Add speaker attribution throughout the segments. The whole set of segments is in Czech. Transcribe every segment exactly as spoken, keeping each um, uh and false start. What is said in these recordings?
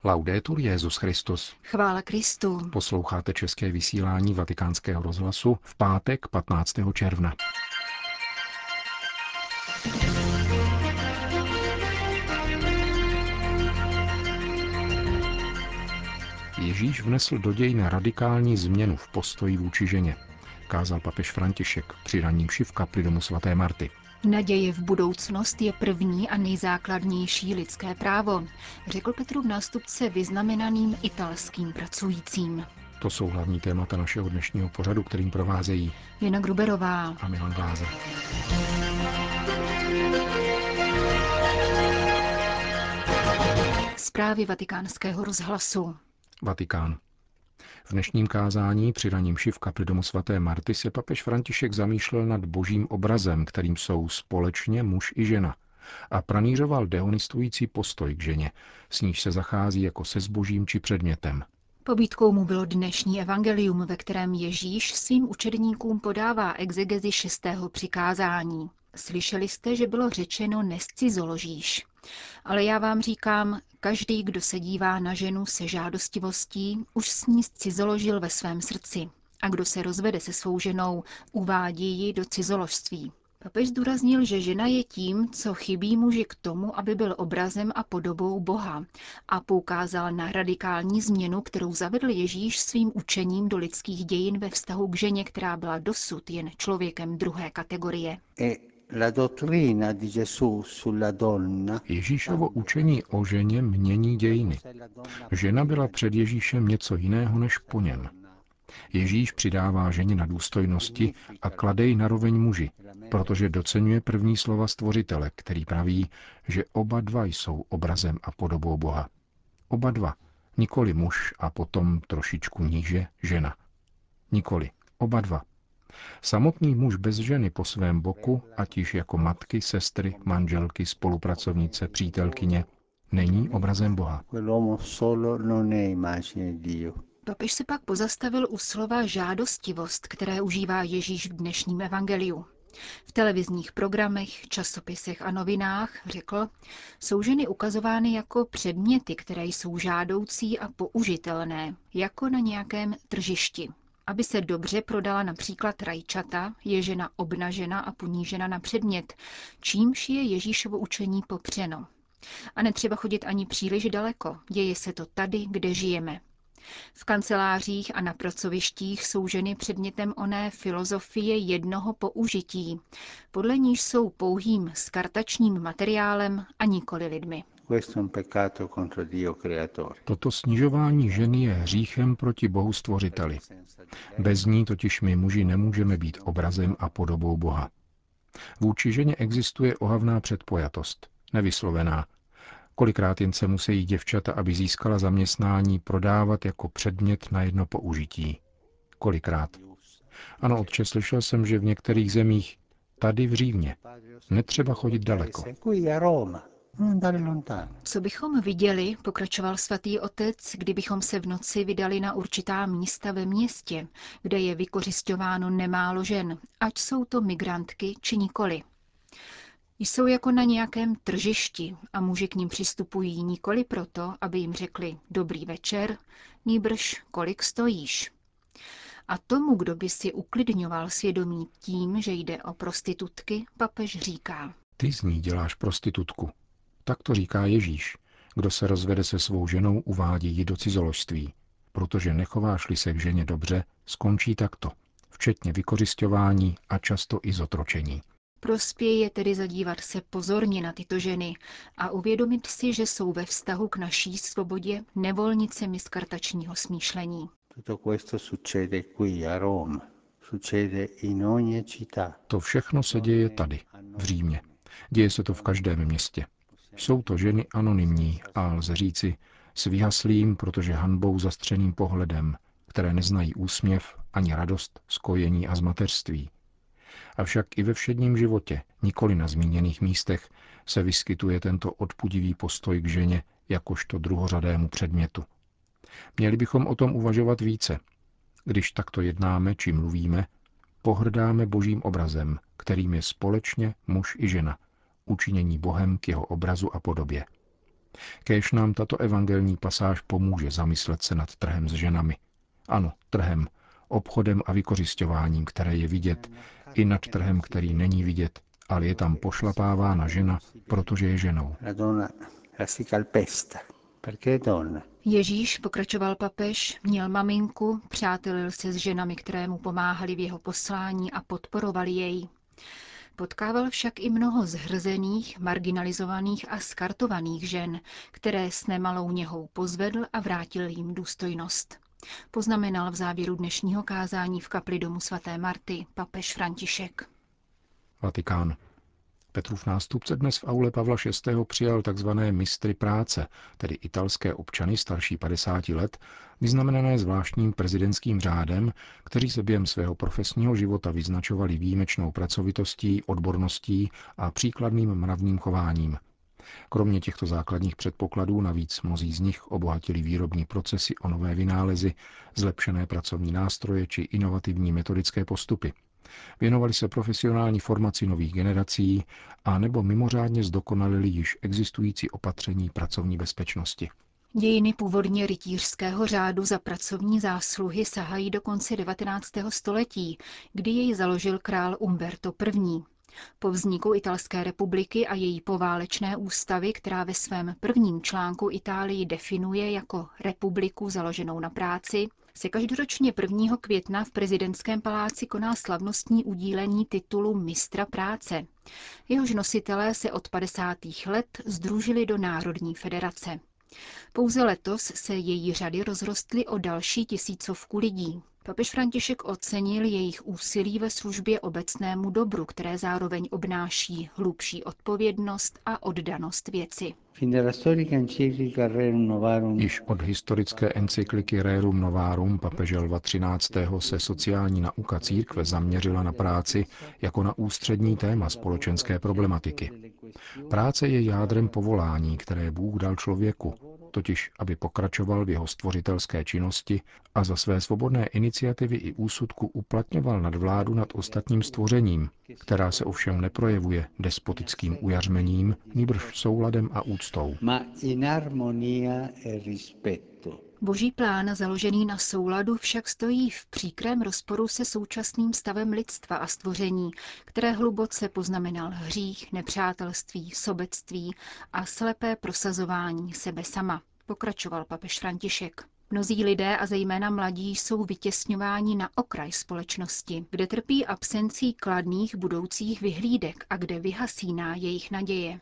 Speaker 1: Laudetur Jesus Christus.
Speaker 2: Chvála Kristu.
Speaker 1: Posloucháte české vysílání Vatikánského rozhlasu v pátek patnáctého června. Ježíš vnesl do dějin radikální změnu v postoji vůči ženě, kázal papež František při ranní mši v kapli domu svaté Marty.
Speaker 2: Naděje v budoucnost je první a nejzákladnější lidské právo, řekl Petrův nástupce vyznamenaným italským pracujícím.
Speaker 1: To jsou hlavní témata našeho dnešního pořadu, kterým provázejí
Speaker 2: Jana Gruberová
Speaker 1: a Milan Glázer.
Speaker 2: Zprávy Vatikánského rozhlasu.
Speaker 1: Vatikán. V dnešním kázání při ranní mši v kapli domu svaté Marty se papež František zamýšlel nad božím obrazem, kterým jsou společně muž i žena, a pranířoval dehonistující postoj k ženě, s níž se zachází jako se zbožím či předmětem.
Speaker 2: Pobídkou mu bylo dnešní evangelium, ve kterém Ježíš svým učedníkům podává exegezi šestého přikázání. Slyšeli jste, že bylo řečeno nescizoložíš. Ale já vám říkám, každý, kdo se dívá na ženu se žádostivostí, už s ní scizoložil ve svém srdci. A kdo se rozvede se svou ženou, uvádí ji do cizoložství. Papež zdůraznil, že žena je tím, co chybí muži k tomu, aby byl obrazem a podobou Boha, a poukázal na radikální změnu, kterou zavedl Ježíš svým učením do lidských dějin ve vztahu k ženě, která byla dosud jen člověkem druhé kategorie.
Speaker 1: Ježíšovo učení o ženě mění dějiny. Žena byla před Ježíšem něco jiného než po něm. Ježíš přidává ženě na důstojnosti a klade ji naroveň muži, protože doceňuje první slova Stvořitele, který praví, že oba dva jsou obrazem a podobou Boha. Oba dva, nikoli muž a potom trošičku níže žena. Nikoli, oba dva. Samotný muž bez ženy po svém boku, ať již jako matky, sestry, manželky, spolupracovnice, přítelkyně, není obrazem Boha.
Speaker 2: Papež se pak pozastavil u slova žádostivost, které užívá Ježíš v dnešním evangeliu. V televizních programech, časopisech a novinách, řekl, jsou ženy ukazovány jako předměty, které jsou žádoucí a použitelné, jako na nějakém tržišti. Aby se dobře prodala například rajčata, je žena obnažena a ponížena na předmět, čímž je Ježíšovo učení popřeno. A netřeba chodit ani příliš daleko, děje se to tady, kde žijeme. V kancelářích a na pracovištích jsou ženy předmětem oné filozofie jednoho použití, podle níž jsou pouhým skartačním materiálem a nikoli lidmi.
Speaker 1: Toto snižování ženy je hříchem proti Bohu Stvořiteli. Bez ní totiž my muži nemůžeme být obrazem a podobou Boha. Vůči ženě existuje ohavná předpojatost, nevyslovená. Kolikrát jen se musí děvčata, aby získala zaměstnání, prodávat jako předmět na jedno použití. Kolikrát. Ano, otče, slyšel jsem, že v některých zemích, tady v Římě, netřeba chodit daleko.
Speaker 2: Co bychom viděli, pokračoval svatý otec, kdybychom se v noci vydali na určitá místa ve městě, kde je vykořisťováno nemálo žen, ať jsou to migrantky či nikoli. Jsou jako na nějakém tržišti a muži k ním přistupují nikoli proto, aby jim řekli dobrý večer, nýbrž kolik stojíš. A tomu, kdo by si uklidňoval svědomí tím, že jde o prostitutky, papež říká.
Speaker 1: Ty z ní děláš prostitutku. Tak to říká Ježíš. Kdo se rozvede se svou ženou, uvádí ji do cizoložství. Protože nechováš-li se k ženě dobře, skončí takto, včetně vykořisťování a často i zotročení.
Speaker 2: Prospěje tedy zadívat se pozorně na tyto ženy a uvědomit si, že jsou ve vztahu k naší svobodě nevolnicemi skartačního smýšlení.
Speaker 1: To všechno se děje tady, v Římě. Děje se to v každém městě. Jsou to ženy anonymní a lze říci s vyhaslým, protože hanbou zastřeným pohledem, které neznají úsměv ani radost z kojení a z mateřství. Avšak i ve všedním životě, nikoli na zmíněných místech, se vyskytuje tento odpudivý postoj k ženě jakožto druhořadému předmětu. Měli bychom o tom uvažovat více. Když takto jednáme či mluvíme, pohrdáme božím obrazem, kterým je společně muž i žena, učinění Bohem k jeho obrazu a podobě. Kéž nám tato evangelní pasáž pomůže zamyslet se nad trhem s ženami. Ano, trhem, obchodem a vykořisťováním, které je vidět, i nad trhem, který není vidět, ale je tam pošlapávána žena, protože je ženou.
Speaker 2: Ježíš, pokračoval papež, měl maminku, přátelil se s ženami, které mu pomáhali v jeho poslání a podporovali jej. Potkával však i mnoho zhrzených, marginalizovaných a skartovaných žen, které s nemalou něhou pozvedl a vrátil jim důstojnost. Poznamenal v závěru dnešního kázání v kapli domu svaté Marty papež František.
Speaker 1: Vatikán. Petrův nástupce dnes v aule Pavla šestého. Přijal tzv. Mistry práce, tedy italské občany starší padesáti let, vyznamenané zvláštním prezidentským řádem, kteří se během svého profesního života vyznačovali výjimečnou pracovitostí, odborností a příkladným mravním chováním. Kromě těchto základních předpokladů navíc mnozí z nich obohatili výrobní procesy o nové vynálezy, zlepšené pracovní nástroje či inovativní metodické postupy. Věnovali se profesionální formaci nových generací a nebo mimořádně zdokonalili již existující opatření pracovní bezpečnosti.
Speaker 2: Dějiny původně rytířského řádu za pracovní zásluhy sahají do konce devatenáctého století, kdy jej založil král Umberto I. Po vzniku Italské republiky a její poválečné ústavy, která ve svém prvním článku Itálii definuje jako republiku založenou na práci, se každoročně prvního května v prezidentském paláci koná slavnostní udílení titulu mistra práce. Jehož nositelé se od padesátých let sdružili do Národní federace. Pouze letos se její řady rozrostly o další tisícovku lidí. Papež František ocenil jejich úsilí ve službě obecnému dobru, které zároveň obnáší hlubší odpovědnost a oddanost věci.
Speaker 1: Již od historické encykliky Rerum Novarum papeže Lva třináctého. Se sociální nauka církve zaměřila na práci jako na ústřední téma společenské problematiky. Práce je jádrem povolání, které Bůh dal člověku, totiž aby pokračoval v jeho stvořitelské činnosti a za své svobodné iniciativy i úsudku uplatňoval nadvládu nad ostatním stvořením, která se ovšem neprojevuje despotickým ujařmením, nýbrž souladem a úctou.
Speaker 2: Boží plán založený na souladu však stojí v příkrém rozporu se současným stavem lidstva a stvoření, které hluboce poznamenal hřích, nepřátelství, sobectví a slepé prosazování sebe sama, pokračoval papež František. Mnozí lidé a zejména mladí jsou vytěsňováni na okraj společnosti, kde trpí absencí kladných budoucích vyhlídek a kde vyhasíná jejich naděje.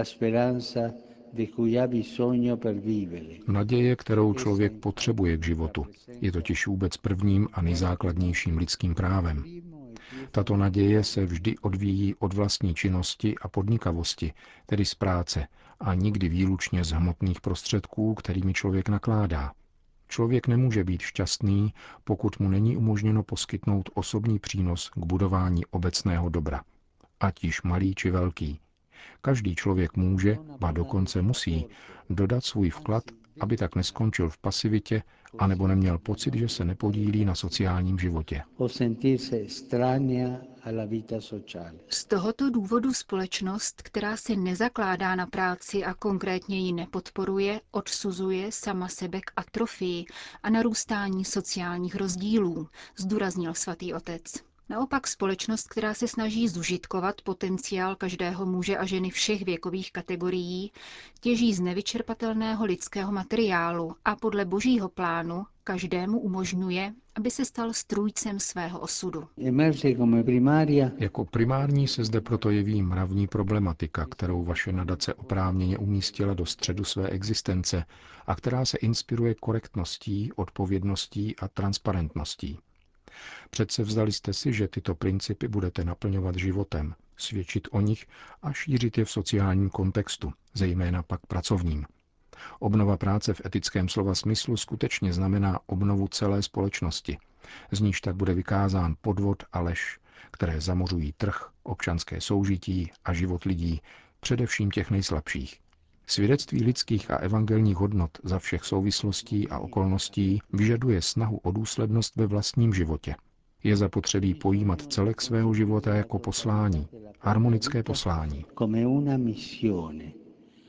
Speaker 1: Naděje, kterou člověk potřebuje k životu, je totiž vůbec prvním a nejzákladnějším lidským právem. Tato naděje se vždy odvíjí od vlastní činnosti a podnikavosti, tedy z práce, a nikdy výlučně z hmotných prostředků, kterými člověk nakládá. Člověk nemůže být šťastný, pokud mu není umožněno poskytnout osobní přínos k budování obecného dobra, ať již malý či velký. Každý člověk může, ba dokonce musí, dodat svůj vklad, aby tak neskončil v pasivitě, anebo neměl pocit, že se nepodílí na sociálním životě.
Speaker 2: Z tohoto důvodu společnost, která se nezakládá na práci a konkrétně ji nepodporuje, odsuzuje sama sebe k atrofii a narůstání sociálních rozdílů, zdůraznil svatý otec. Naopak společnost, která se snaží zužitkovat potenciál každého muže a ženy všech věkových kategorií, těží z nevyčerpatelného lidského materiálu a podle božího plánu každému umožňuje, aby se stal strůjcem svého osudu.
Speaker 1: Jako primární se zde proto jeví mravní problematika, kterou vaše nadace oprávněně umístila do středu své existence a která se inspiruje korektností, odpovědností a transparentností. Přece vzdali jste si, že tyto principy budete naplňovat životem, svědčit o nich a šířit je v sociálním kontextu, zejména pak pracovním. Obnova práce v etickém slova smyslu skutečně znamená obnovu celé společnosti, z níž tak bude vykázán podvod a lež, které zamořují trh, občanské soužití a život lidí, především těch nejslabších. Svědectví lidských a evangelních hodnot za všech souvislostí a okolností vyžaduje snahu o důslednost ve vlastním životě. Je zapotřebí pojímat celek svého života jako poslání, harmonické poslání.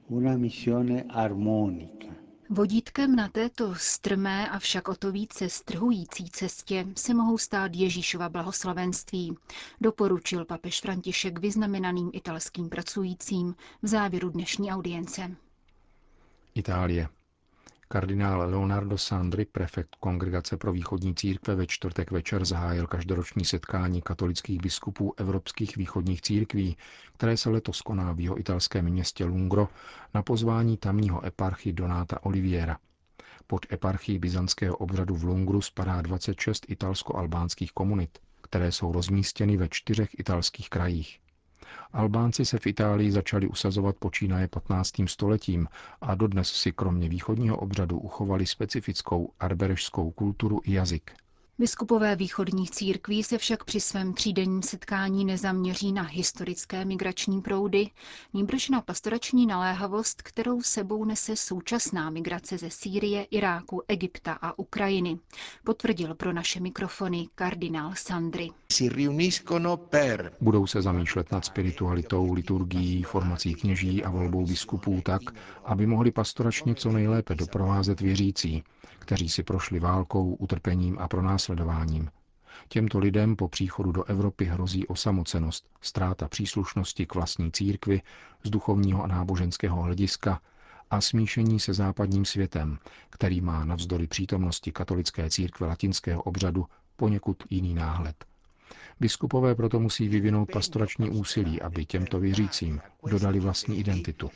Speaker 2: Vodítkem na této strmé, avšak o to více strhující cestě se mohou stát Ježíšova blahoslavenství, doporučil papež František vyznamenaným italským pracujícím v závěru dnešní audience.
Speaker 1: Itálie. Kardinál Leonardo Sandri, prefekt Kongregace pro východní církve, ve čtvrtek večer zahájil každoroční setkání katolických biskupů evropských východních církví, které se letos koná v jeho italském městě Lungro na pozvání tamního eparchy Donata Oliviera. Pod eparchii byzantského obřadu v Lungru spadá dvacet šest italsko-albánských komunit, které jsou rozmístěny ve čtyřech italských krajích. Albánci se v Itálii začali usazovat počínaje patnáctým stoletím a dodnes si kromě východního obřadu uchovali specifickou arberežskou kulturu i jazyk.
Speaker 2: Biskupové východních církví se však při svém třídenním setkání nezaměří na historické migrační proudy, nýbrž na pastorační naléhavost, kterou sebou nese současná migrace ze Sýrie, Iráku, Egypta a Ukrajiny, potvrdil pro naše mikrofony kardinál Sandri.
Speaker 1: Budou se zamýšlet nad spiritualitou, liturgií, formací kněží a volbou biskupů tak, aby mohli pastoračně co nejlépe doprovázet věřící, kteří si prošli válkou, utrpením a pronásledováním. Těmto lidem po příchodu do Evropy hrozí osamocenost, ztráta příslušnosti k vlastní církvi z duchovního a náboženského hlediska a smíšení se západním světem, který má navzdory přítomnosti katolické církve latinského obřadu poněkud jiný náhled. Biskupové proto musí vyvinout pastorační úsilí, aby těmto věřícím dodali vlastní identitu.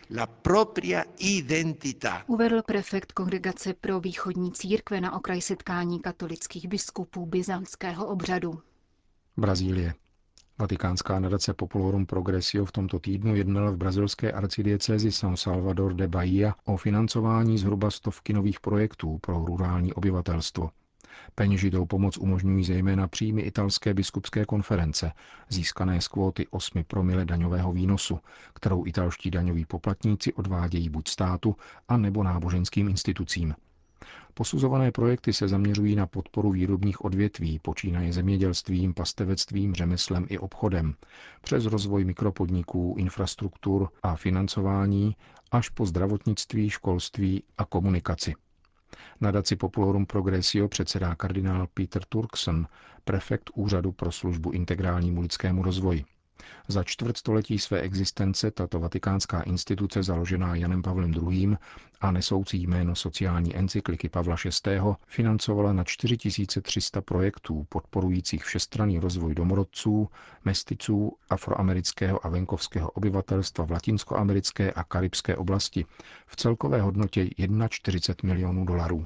Speaker 2: Uvedl prefekt Kongregace pro východní církve na okraj setkání katolických biskupů byzantského obřadu.
Speaker 1: Brazílie. Vatikánská nadace Populorum Progressio v tomto týdnu jednala v brazilské arcidiecézi São Salvador de Bahia o financování zhruba stovky nových projektů pro rurální obyvatelstvo. Peněžitou pomoc umožňují zejména příjmy italské biskupské konference, získané z kvóty osmi promile daňového výnosu, kterou italští daňoví poplatníci odvádějí buď státu, a nebo náboženským institucím. Posuzované projekty se zaměřují na podporu výrobních odvětví, počínaje zemědělstvím, pastevectvím, řemeslem i obchodem, přes rozvoj mikropodniků, infrastruktur a financování až po zdravotnictví, školství a komunikaci. Nadaci Populorum Progressio předsedá kardinál Peter Turkson, prefekt Úřadu pro službu integrálnímu lidskému rozvoji. Za čtvrtstoletí své existence tato vatikánská instituce, založená Janem Pavlem druhým. a nesoucí jméno sociální encykliky Pavla šestého., financovala na čtyři tisíce tři sta projektů podporujících všestranný rozvoj domorodců, mesticů, afroamerického a venkovského obyvatelstva v latinskoamerické a karibské oblasti v celkové hodnotě čtyřicet jedna milionů dolarů.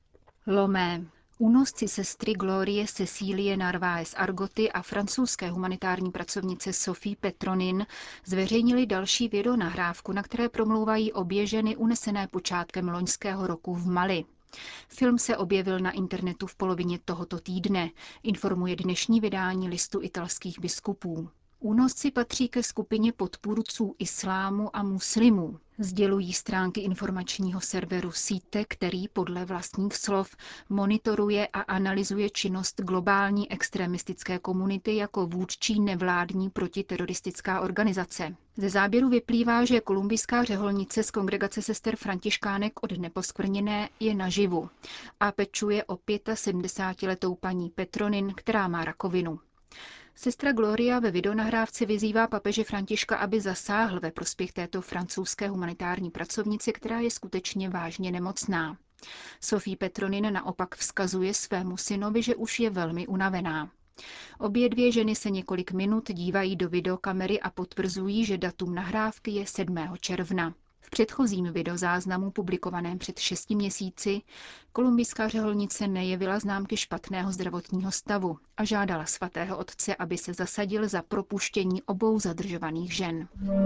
Speaker 2: Lomé. Únosci sestry Glorie Cecilie Narváez Argoty a francouzské humanitární pracovnice Sophie Petronin zveřejnili další videonahrávku, na které promlouvají obě ženy unesené počátkem loňského roku v Mali. Film se objevil na internetu v polovině tohoto týdne, informuje dnešní vydání listu italských biskupů. Únosci patří ke skupině podpůrců islámu a muslimů, sdělují stránky informačního serveru Site, který podle vlastních slov monitoruje a analyzuje činnost globální extremistické komunity jako vůdčí nevládní protiteroristická organizace. Ze záběru vyplývá, že kolumbijská řeholnice z kongregace sester františkánek od Neposkvrněné je naživu a pečuje o sedmdesátiletou paní Petronin, která má rakovinu. Sestra Gloria ve videonahrávce vyzývá papeže Františka, aby zasáhl ve prospěch této francouzské humanitární pracovnice, která je skutečně vážně nemocná. Sophie Petronin naopak vzkazuje svému synovi, že už je velmi unavená. Obě dvě ženy se několik minut dívají do videokamery a potvrzují, že datum nahrávky je sedmého června. V předchozím videozáznamu, publikovaném před šesti měsíci, kolumbijská řeholnice nejevila známky špatného zdravotního stavu a žádala svatého otce, aby se zasadil za propuštění obou zadržovaných žen.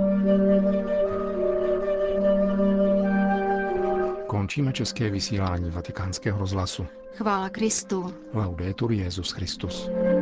Speaker 1: Končíme české vysílání Vatikánského rozhlasu.
Speaker 2: Chvála Kristu.
Speaker 1: Laudetur Jesus Christus.